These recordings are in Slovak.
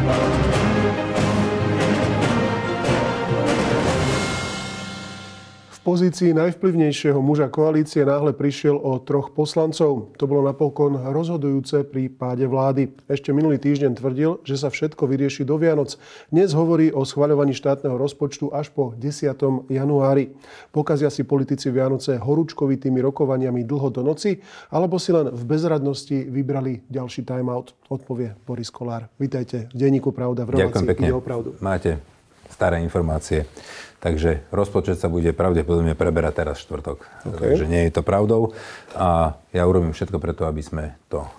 V pozícii najvplyvnejšieho muža koalície náhle prišiel o 3 poslancov. To bolo napokon rozhodujúce pri páde vlády. Ešte minulý týždeň tvrdil, že sa všetko vyrieši do Vianoc. Dnes hovorí o schvaľovaní štátneho rozpočtu až po 10. januári. Pokazia si politici Vianoce horúčkovitými rokovaniami dlho do noci, alebo si len v bezradnosti vybrali ďalší time-out? Odpovie Boris Kollár. Vítajte v denníku Pravda v relácii Ide o pravdu. Máte staré informácie. Takže rozpočet sa bude pravdepodobne preberať teraz štvrtok. Okay. Takže nie je to pravdou. A ja urobím všetko preto, aby sme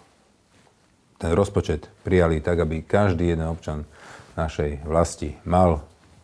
ten rozpočet prijali tak, aby každý jeden občan našej vlasti mal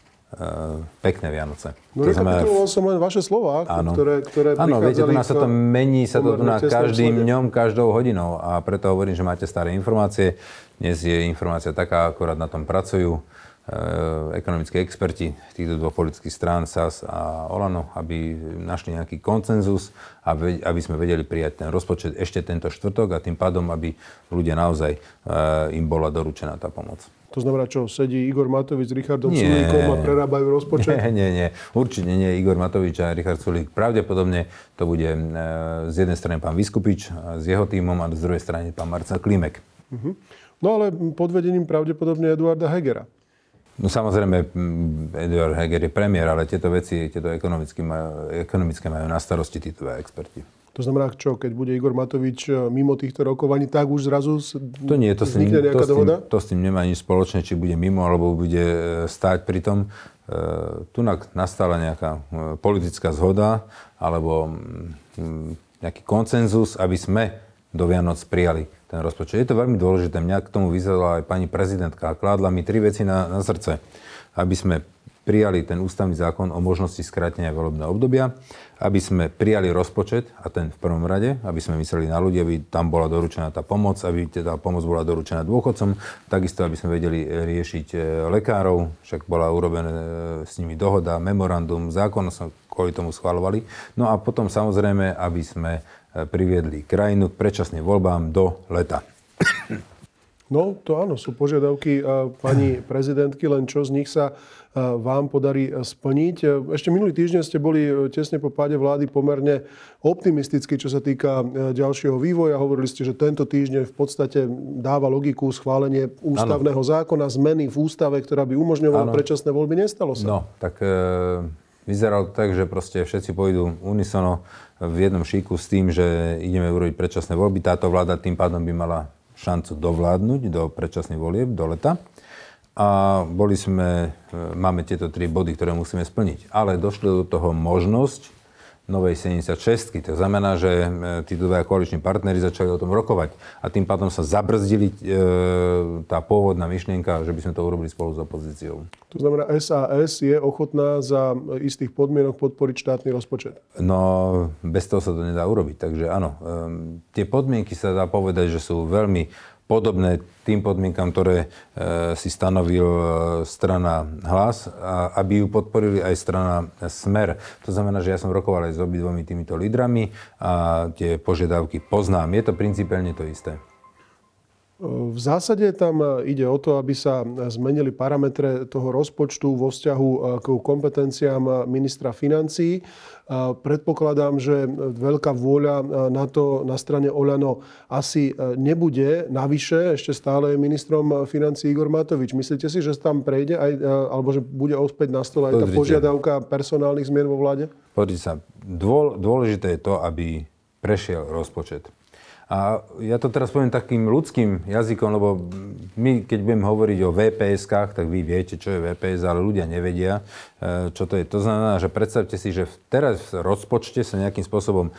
pekné Vianoce. No rekapituloval som len vaše slová, ktoré prichádzali... Áno, viete, tu nás sa to mení, sa to tu na každým dňom, každou hodinou. A preto hovorím, že máte staré informácie. Dnes je informácia taká, akorát na tom pracujú ekonomickí experti týchto dvoch politických strán, SAS a Olano, aby našli nejaký konsenzus, aby sme vedeli prijať ten rozpočet ešte tento štvrtok a tým pádom, aby ľudia naozaj im bola doručená tá pomoc. To znamená, čo? Sedí Igor Matovič s Richardom Sulíkom a prerábajú rozpočet? Nie. Určite nie Igor Matovič a Richard Sulík. Pravdepodobne to bude z jednej strany pán Viskupič s jeho tímom a z druhej strany pán Marcel Klimek. No ale pod vedením pravdepodobne Eduarda Hegera. No samozrejme, Eduard Heger je premiér, ale tieto veci, tieto ekonomické majú na starosti títo experti. To znamená, čo, keď bude Igor Matovič mimo týchto rokovaní, tak už zrazu vznikne nejaká dohoda? To s tým nemá nič spoločné, či bude mimo, alebo bude stáť pri tom. Tu nastala nejaká politická zhoda, alebo nejaký konsenzus, aby sme do Vianoc prijali ten rozpočet. Je to veľmi dôležité. Mňa k tomu vyzvala aj pani prezidentka a kládla mi 3 veci na srdce. Aby sme prijali ten ústavný zákon o možnosti skrátenia volebného obdobia, aby sme prijali rozpočet, a ten v prvom rade, aby sme mysleli na ľudí, aby tam bola doručená tá pomoc, aby tá pomoc bola doručená dôchodcom, takisto aby sme vedeli riešiť lekárov, však bola urobená s nimi dohoda, memorandum, zákon sa kvôli tomu schvaľovali. No a potom samozrejme, aby sme priviedli krajinu k predčasným voľbám do leta. No, to áno, sú požiadavky pani prezidentky, len čo z nich sa vám podarí splniť. Ešte minulý týždeň ste boli tesne po páde vlády pomerne optimistickí, čo sa týka ďalšieho vývoja. Hovorili ste, že tento týždeň v podstate dáva logiku schválenie ústavného zákona, zmeny v ústave, ktorá by umožňovala predčasné voľby. Nestalo sa. No, tak vyzeralo to tak, že proste všetci pôjdu unisono v jednom šíku s tým, že ideme urobiť predčasné voľby. Táto vláda tým pádom by mala šancu dovládnuť do predčasných volieb, do leta. A máme tieto 3 body, ktoré musíme splniť. Ale došlo do toho možnosť novej 76-ky. To znamená, že tí dvaja koaliční partneri začali o tom rokovať. A tým pádom sa zabrzdili tá pôvodná myšlienka, že by sme to urobili spolu s opozíciou. To znamená, SAS je ochotná za istých podmienok podporiť štátny rozpočet? No, bez toho sa to nedá urobiť. Takže áno, tie podmienky sa dá povedať, že sú veľmi podobné tým podmienkam, ktoré si stanovil strana Hlas, aby ju podporili aj strana Smer. To znamená, že ja som rokoval aj s obidvomi týmito lídrami a tie požiadavky poznám. Je to principiálne to isté. V zásade tam ide o to, aby sa zmenili parametre toho rozpočtu vo vzťahu k kompetenciám ministra financií. Predpokladám, že veľká vôľa na to na strane Oľano asi nebude. Navyše ešte stále je ministrom financií Igor Matovič. Myslíte si, že tam prejde aj, alebo že bude opäť na stole aj tá požiadavka personálnych zmien vo vláde? Pozrite sa, dôležité je to, aby prešiel rozpočet. A ja to teraz poviem takým ľudským jazykom, lebo my, keď budem hovoriť o VPS-kách, tak vy viete, čo je VPS, ale ľudia nevedia, čo to je. To znamená, že predstavte si, že teraz v rozpočte sa nejakým spôsobom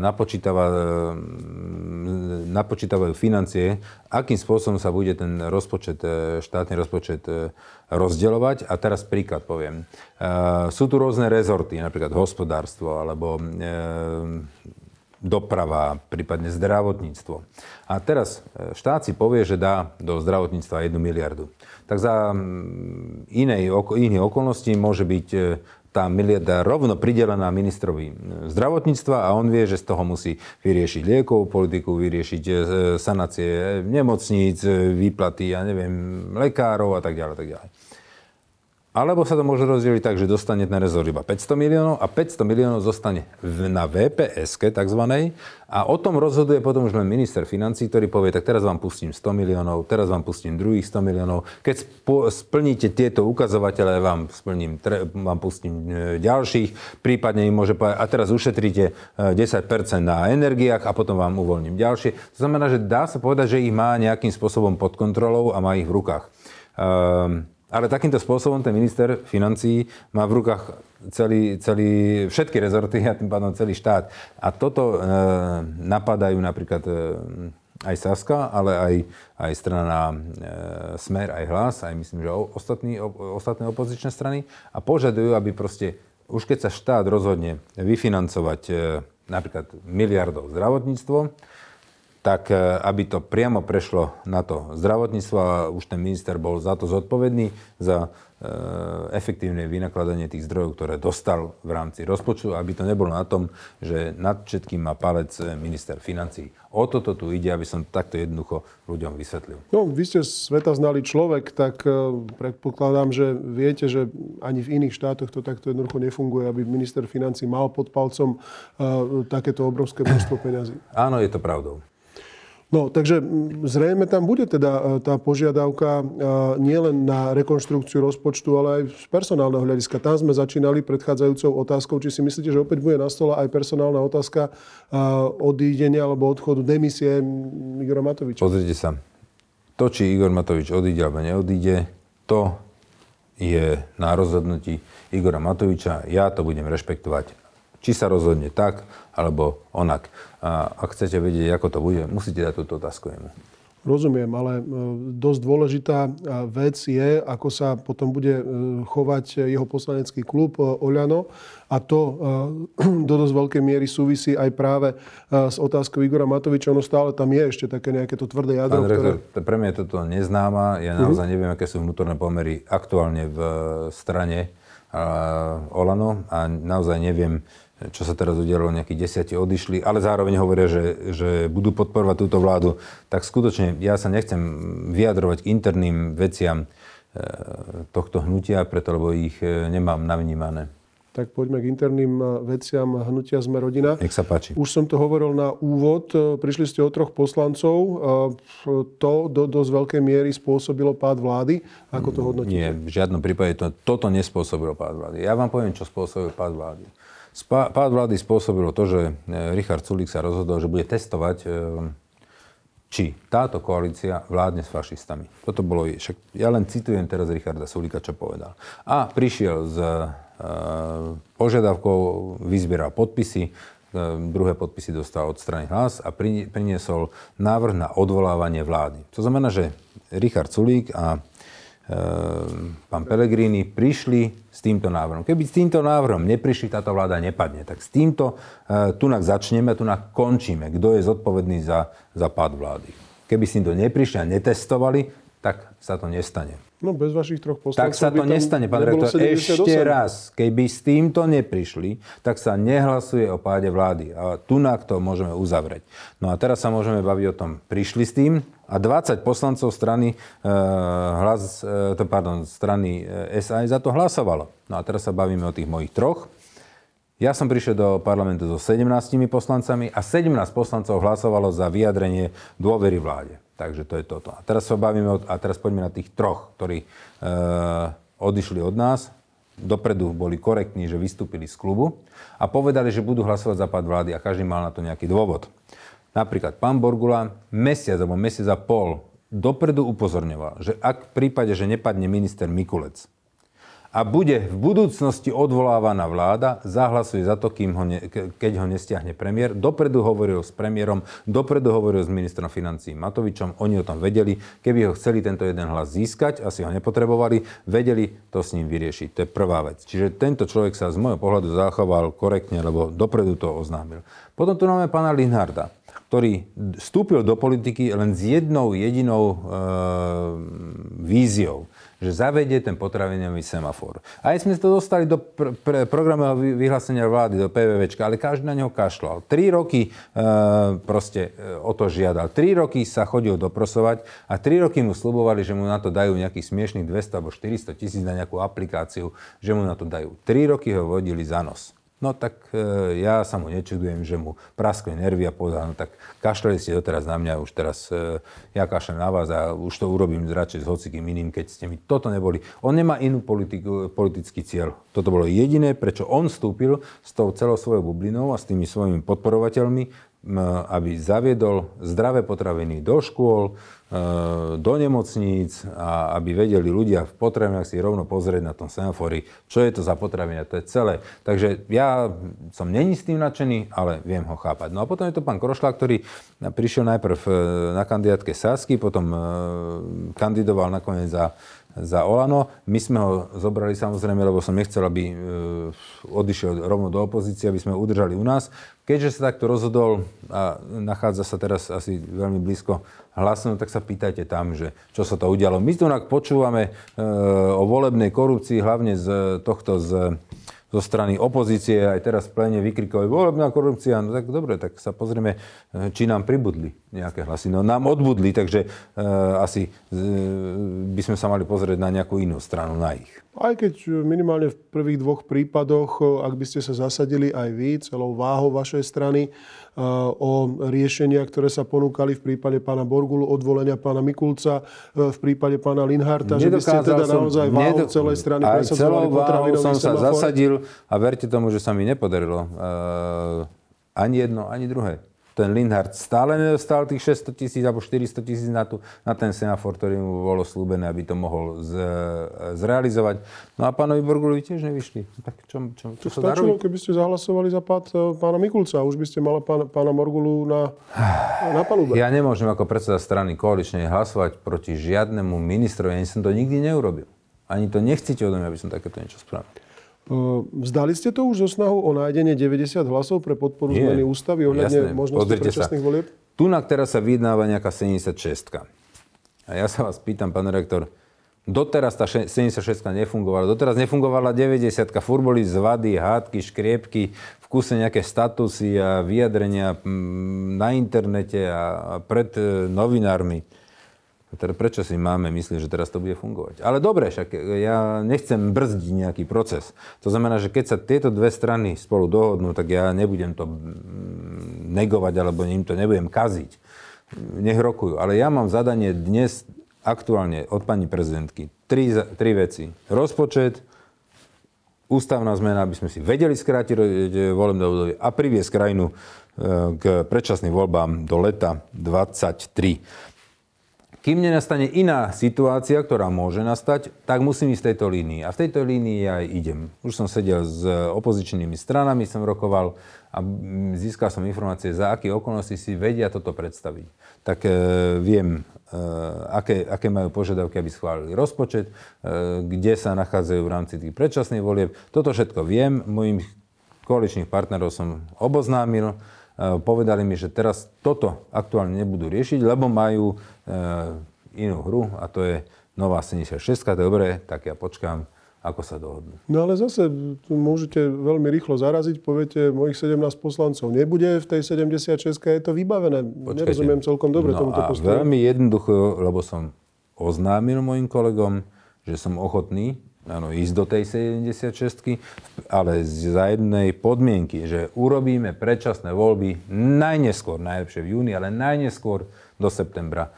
napočítavajú financie, akým spôsobom sa bude ten rozpočet, štátny rozpočet rozdeľovať. A teraz príklad poviem. Sú tu rôzne rezorty, napríklad hospodárstvo, alebo doprava, prípadne zdravotníctvo. A teraz štát si povie, že dá do zdravotníctva 1 miliardu. Tak za iných okolností môže byť tá miliarda rovno pridelená ministrovi zdravotníctva a on vie, že z toho musí vyriešiť liekovú politiku, vyriešiť sanácie nemocníc, výplaty, ja neviem, lekárov a tak ďalej, tak ďalej. Alebo sa to môže rozdeliť tak, že dostane ten rezort iba 500 miliónov a 500 miliónov zostane na VPS-ke takzvanej a o tom rozhoduje potom už len minister financií, ktorý povie, tak teraz vám pustím 100 miliónov, teraz vám pustím druhých 100 miliónov. Keď splníte tieto ukazovatele, vám pustím ďalších, prípadne im môže povedať, a teraz ušetríte 10% na energiách a potom vám uvoľním ďalšie. To znamená, že dá sa povedať, že ich má nejakým spôsobom pod kontrolou a má ich v rukách. Ale takýmto spôsobom ten minister financií má v rukách všetky rezorty a tým pádom celý štát. A toto napadajú napríklad aj Saska, ale aj strana Smer, aj Hlas, aj myslím, že ostatné opozičné strany a požadujú, aby proste, už keď sa štát rozhodne vyfinancovať napríklad miliardov zdravotníctvo, tak aby to priamo prešlo na to zdravotníctvo a už ten minister bol za to zodpovedný, za efektívne vynakladanie tých zdrojov, ktoré dostal v rámci rozpočtu, aby to nebolo na tom, že nad všetkým má palec minister financií. O toto tu ide, aby som takto jednoducho ľuďom vysvetlil. No, vy ste svetaznalý človek, tak predpokladám, že viete, že ani v iných štátoch to takto jednoducho nefunguje, aby minister financií mal pod palcom takéto obrovské množstvo peňazí. Áno, je to pravdou. No, takže zrejme tam bude teda tá požiadavka nielen na rekonštrukciu rozpočtu, ale aj z personálneho hľadiska. Tam sme začínali predchádzajúcou otázkou, či si myslíte, že opäť bude na stole aj personálna otázka odídenia alebo odchodu demisie Igora Matoviča? Pozrite sa. To, či Igor Matovič odíde alebo neodíde, to je na rozhodnutí Igora Matoviča. Ja to budem rešpektovať. Či sa rozhodne tak, alebo onak. A ak chcete vedieť, ako to bude, musíte dať túto otázku jemu. Rozumiem, ale dosť dôležitá vec je, ako sa potom bude chovať jeho poslanecký klub Oľano. A to do dosť veľkej miery súvisí aj práve s otázkou Igora Matoviča. Ono stále tam je ešte také nejaké to tvrdé jadro. Pán rektor, pre mňa je toto neznáma. Ja naozaj neviem, aké sú vnútorné pomery aktuálne v strane Oľano. A naozaj neviem, čo sa teraz udialo, nejakí 10 odišli, ale zároveň hovoria, že budú podporovať túto vládu. Tak skutočne ja sa nechcem vyjadrovať k interným veciam tohto hnutia, preto lebo ich nemám navnímané. Tak poďme k interným veciam hnutia Sme rodina. Nech sa páči. Už som to hovoril na úvod. Prišli ste o 3 poslancov. To do dosť veľkej miery spôsobilo pád vlády. Ako to hodnotíte? Nie, v žiadnom prípade toto nespôsobilo pád vlády. Ja vám poviem, čo spôsobil pád vlády. Pád vlády spôsobilo to, že Richard Sulík sa rozhodol, že bude testovať, či táto koalícia vládne s fašistami. Toto bolo, však ja len citujem teraz Richarda Sulíka, čo povedal. A prišiel s požiadavkou, vyzbieral podpisy, druhé podpisy dostal od strany Hlas a priniesol návrh na odvolávanie vlády. To znamená, že Richard Sulík a pán Pellegrini prišli s týmto návrhom. Keby s týmto návrhom neprišli, táto vláda nepadne. Tak s týmto tunak začneme, tunak končíme. Kto je zodpovedný za pád vlády? Keby s týmto neprišli a netestovali, tak sa to nestane. No bez vašich 3 poslancov. Tak sa to nestane, pán rektor. Ešte raz, keby s týmto neprišli, tak sa nehlasuje o páde vlády. A tunak to môžeme uzavrieť. No a teraz sa môžeme baviť o tom. Prišli s tým a 20 poslancov strany strany SAS za to hlasovalo. No a teraz sa bavíme o tých mojich 3. Ja som prišiel do parlamentu so 17 poslancami a 17 poslancov hlasovalo za vyjadrenie dôvery vláde. Takže to je toto. A teraz sa bavíme teraz poďme na tých 3, ktorí odišli od nás. Dopredu boli korektní, že vystúpili z klubu a povedali, že budú hlasovať za pád vlády a každý mal na to nejaký dôvod. Napríklad pán Borgula mesiac a pol dopredu upozorňoval, že ak v prípade, že nepadne minister Mikulec a bude v budúcnosti odvolávaná vláda, zahlasuje za to, keď ho nestiahne premiér. Dopredu hovoril s premiérom, dopredu hovoril s ministrom financií Matovičom, oni o tom vedeli. Keby ho chceli tento jeden hlas získať, asi ho nepotrebovali, vedeli to s ním vyriešiť. To je prvá vec. Čiže tento človek sa z môjho pohľadu zachoval korektne, lebo dopredu to oznámil. Potom tu máme pána Linharda, ktorý vstúpil do politiky len s jednou jedinou víziou, že zavedie ten potravinový semafor. Aj sme to dostali do programového vyhlásenia vlády, do PVVčka, ale každý na neho kašľal. 3 roky proste o to žiadal. 3 roky sa chodil doprosovať a 3 roky mu sľubovali, že mu na to dajú nejakých smiešných 200 alebo 400 tisíc na nejakú aplikáciu, že mu na to dajú. 3 roky ho vodili za nos. No tak ja sa mu nečudujem, že mu praskli nervy a povedal, no tak kašľali ste doteraz na mňa, už teraz ja kašľam na vás a už to urobím radšej s hocikým iným, keď ste mi toto neboli. On nemá inú politický cieľ. Toto bolo jediné, prečo on vstúpil s tou celou svojou bublinou a s tými svojimi podporovateľmi, aby zaviedol zdravé potraviny do škôl, do nemocníc a aby vedeli ľudia v potravinách si rovno pozrieť na tom semafori, čo je to za potravina, to je celé. Takže ja som není s tým nadšený, ale viem ho chápať. No a potom je to pán Krošľák, ktorý prišiel najprv na kandidátke Sasky, potom kandidoval nakoniec za Olano. My sme ho zobrali samozrejme, lebo som nechcel, aby odišiel rovno do opozície, aby sme ho udržali u nás. Keďže sa takto rozhodol a nachádza sa teraz asi veľmi blízko Hlasno, tak sa pýtajte tam, že čo sa to udialo. My tu počúvame o volebnej korupcii, hlavne zo strany opozície, aj teraz v pléne vykrikovali volebná korupcia, no tak dobre, tak sa pozrieme, či nám pribudli nejaké hlasy. No nám odbudli, takže asi by sme sa mali pozrieť na nejakú inú stranu, na ich. Aj keď minimálne v prvých 2 prípadoch, ak by ste sa zasadili aj vy, celou váhou vašej strany, o riešenia, ktoré sa ponúkali v prípade pána Borgulu, odvolenia pána Mikulca, v prípade pána Linharta, že by ste teda naozaj váhou celej strany presadzovali potravinový semafor? Aj celou váhou som sa zasadil a verte tomu, že sa mi nepodarilo ani jedno, ani druhé. Ten Linhart stále nedostal tých 600 000 alebo 400 000 na ten semafor, ktorý mu bolo slúbené, aby to mohol zrealizovať. No a pánovi Borgulovi tiež nevyšli. Tak čo sa dá robiť? Keby ste zahlasovali za pád pána Mikulca, už by ste mali pána Borgulu na palube. Ja nemôžem ako predseda strany koaličnej hlasovať proti žiadnemu ministrovi. Ani som to nikdy neurobil. Ani to nechcete odo mňa, aby som takéto niečo spravil. Vzdali ste to už zo snahu o nájdenie 90 hlasov pre podporu zmeny ústavy ohľadne možnosti predčasných volieb? Tunak teraz sa vyjednáva nejaká 76. A ja sa vás pýtam, pán rektor, doteraz tá 76 nefungovala. Doteraz nefungovala 90. Furt boli zvady, hádky, škriepky, v kuse nejaké statusy a vyjadrenia na internete a pred novinármi. Teda prečo si máme myslieť, že teraz to bude fungovať? Ale dobre, však ja nechcem brzdiť nejaký proces. To znamená, že keď sa tieto dve strany spolu dohodnú, tak ja nebudem to negovať, alebo im to nebudem kaziť. Nech rokujú. Ale ja mám zadanie dnes aktuálne od pani prezidentky. Tri veci. Rozpočet, ústavná zmena, aby sme si vedeli skrátiť volebné obdobie a priviesť krajinu k predčasným voľbám do leta 2023. Kým nenastane iná situácia, ktorá môže nastať, tak musím ísť v tejto línii. A v tejto línii ja aj idem. Už som sedel s opozičnými stranami, som rokoval a získal som informácie, za aké okolnosti si vedia toto predstaviť. Tak viem, aké majú požiadavky, aby schválili rozpočet, kde sa nachádzajú v rámci tých predčasných volieb. Toto všetko viem. Mojich koaličných partnerov som oboznámil. Povedali mi, že teraz toto aktuálne nebudú riešiť, lebo majú inú hru a to je nová 76. Dobre, tak ja počkám, ako sa dohodnú. No ale zase môžete veľmi rýchlo zaraziť, poviete, mojich 17 poslancov nebude v tej 76. Je to vybavené. Počkajte. Nerozumiem celkom dobre tomuto postoju. Veľmi jednoducho, lebo som oznámil mojim kolegom, že som ochotný ísť do tej 76, ale za jednej podmienky, že urobíme predčasné voľby najneskôr, najlepšie v júni, ale najneskôr do septembra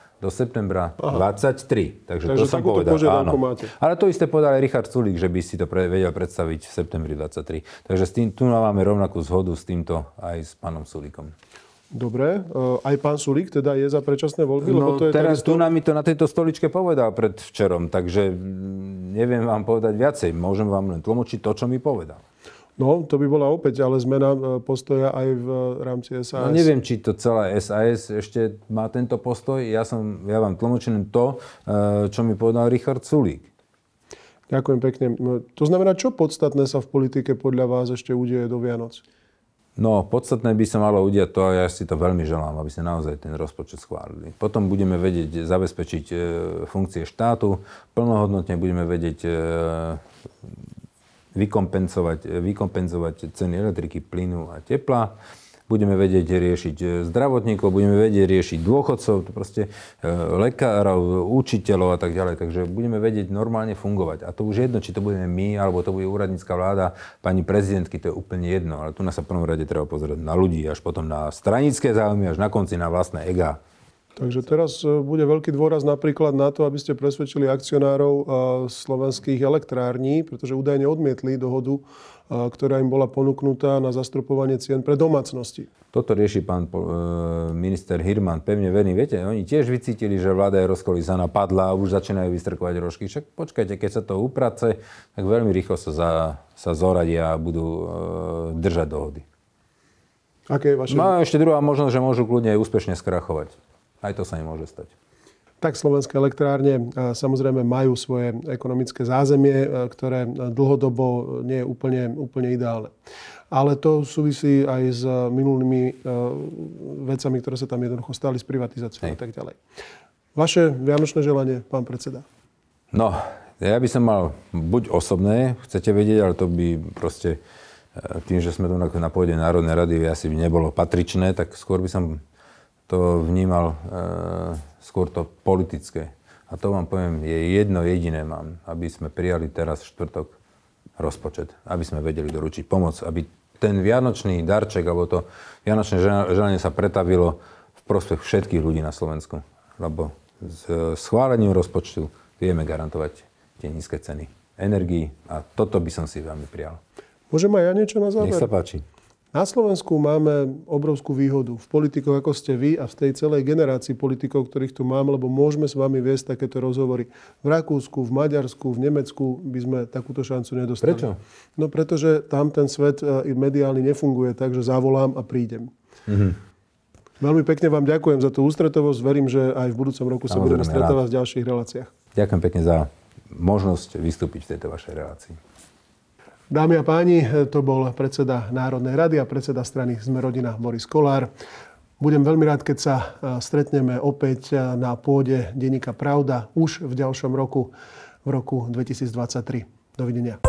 23. Takže to som povedal. Áno. Ale to isté povedal aj Richard Sulík, že by si to vedel predstaviť v septembri 23. Takže tu máme rovnakú zhodu s týmto aj s pánom Sulíkom. Dobre, aj pán Sulík teda je za predčasné voľby? No lebo to je teraz tu nám mi to na tejto stoličke povedal predvčerom, takže neviem vám povedať viacej. Môžem vám len tlmočiť to, čo mi povedal. No, to by bola opäť ale zmena postoja aj v rámci SAS. No neviem, či to celé SAS ešte má tento postoj. Ja vám tlmočím to, čo mi povedal Richard Sulík. Ďakujem pekne. To znamená, čo podstatné sa v politike podľa vás ešte udeje do Vianoc? No, podstatné by sa malo udiať to, a ja si to veľmi želám, aby sme naozaj ten rozpočet schválili. Potom budeme vedieť zabezpečiť funkcie štátu, plnohodnotne budeme vedieť vykompenzovať ceny elektriky, plynu a tepla. Budeme vedieť riešiť zdravotníkov, budeme vedieť riešiť dôchodcov, proste lekárov, učiteľov a tak ďalej. Takže budeme vedieť normálne fungovať. A to už jedno, či to budeme my, alebo to bude úradnícka vláda, pani prezidentky, to je úplne jedno. Ale tu nás sa v prvom rade treba pozerať na ľudí, až potom na stranické záujmy, až na konci na vlastné egá. Takže teraz bude veľký dôraz napríklad na to, aby ste presvedčili akcionárov slovenských elektrární, pretože údajne odmietli dohodu, ktorá im bola ponúknutá na zastropovanie cien pre domácnosti. Toto rieši pán minister Hirman. Pevne verný, viete, oni tiež vycítili, že vláda je rozkolísaná, padla a už začínajú vystrkovať rožky. Však počkajte, keď sa to uprace, tak veľmi rýchlo sa zoradia a budú držať dohody. Aké je vaše... No a ešte druhá možnosť, že môžu kľudne aj úspešne skrachovať. Aj to sa im môže stať. Tak slovenské elektrárne samozrejme majú svoje ekonomické zázemie, ktoré dlhodobo nie je úplne ideálne. Ale to súvisí aj s minulými vecami, ktoré sa tam jednoducho stali s privatizáciou a tak ďalej. Vaše vianočné želanie, pán predseda? No, ja by som mal buď osobné, chcete vedieť, ale to by proste tým, že sme tu na pôde Národnej rady, asi by nebolo patričné, tak skôr by som to vnímal skôr to politické. A to vám poviem, je jedno jediné mám, aby sme prijali teraz v štvrtok rozpočet, aby sme vedeli doručiť pomoc, aby ten vianočný darček, alebo to vianočné želanie sa pretavilo v prospech všetkých ľudí na Slovensku. Lebo s schválením rozpočtu vieme garantovať tie nízke ceny energií a toto by som si veľmi prijal. Môžem aj ja niečo na záver? Nech sa páči. Na Slovensku máme obrovskú výhodu v politikoch, ako ste vy a v tej celej generácii politikov, ktorých tu máme, lebo môžeme s vami viesť takéto rozhovory. V Rakúsku, v Maďarsku, v Nemecku by sme takúto šancu nedostali. Prečo? No pretože tam ten svet mediálny nefunguje tak, že zavolám a prídem. Veľmi pekne vám ďakujem za tú ústretovosť. Verím, že aj v budúcom roku sa budeme stretávať v ďalších reláciách. Ďakujem pekne za možnosť vystúpiť v tejto vašej relácii. Dámy a páni, to bol predseda Národnej rady a predseda strany Sme rodina Boris Kollár. Budem veľmi rád, keď sa stretneme opäť na pôde denníka Pravda už v ďalšom roku, v roku 2023. Dovidenia.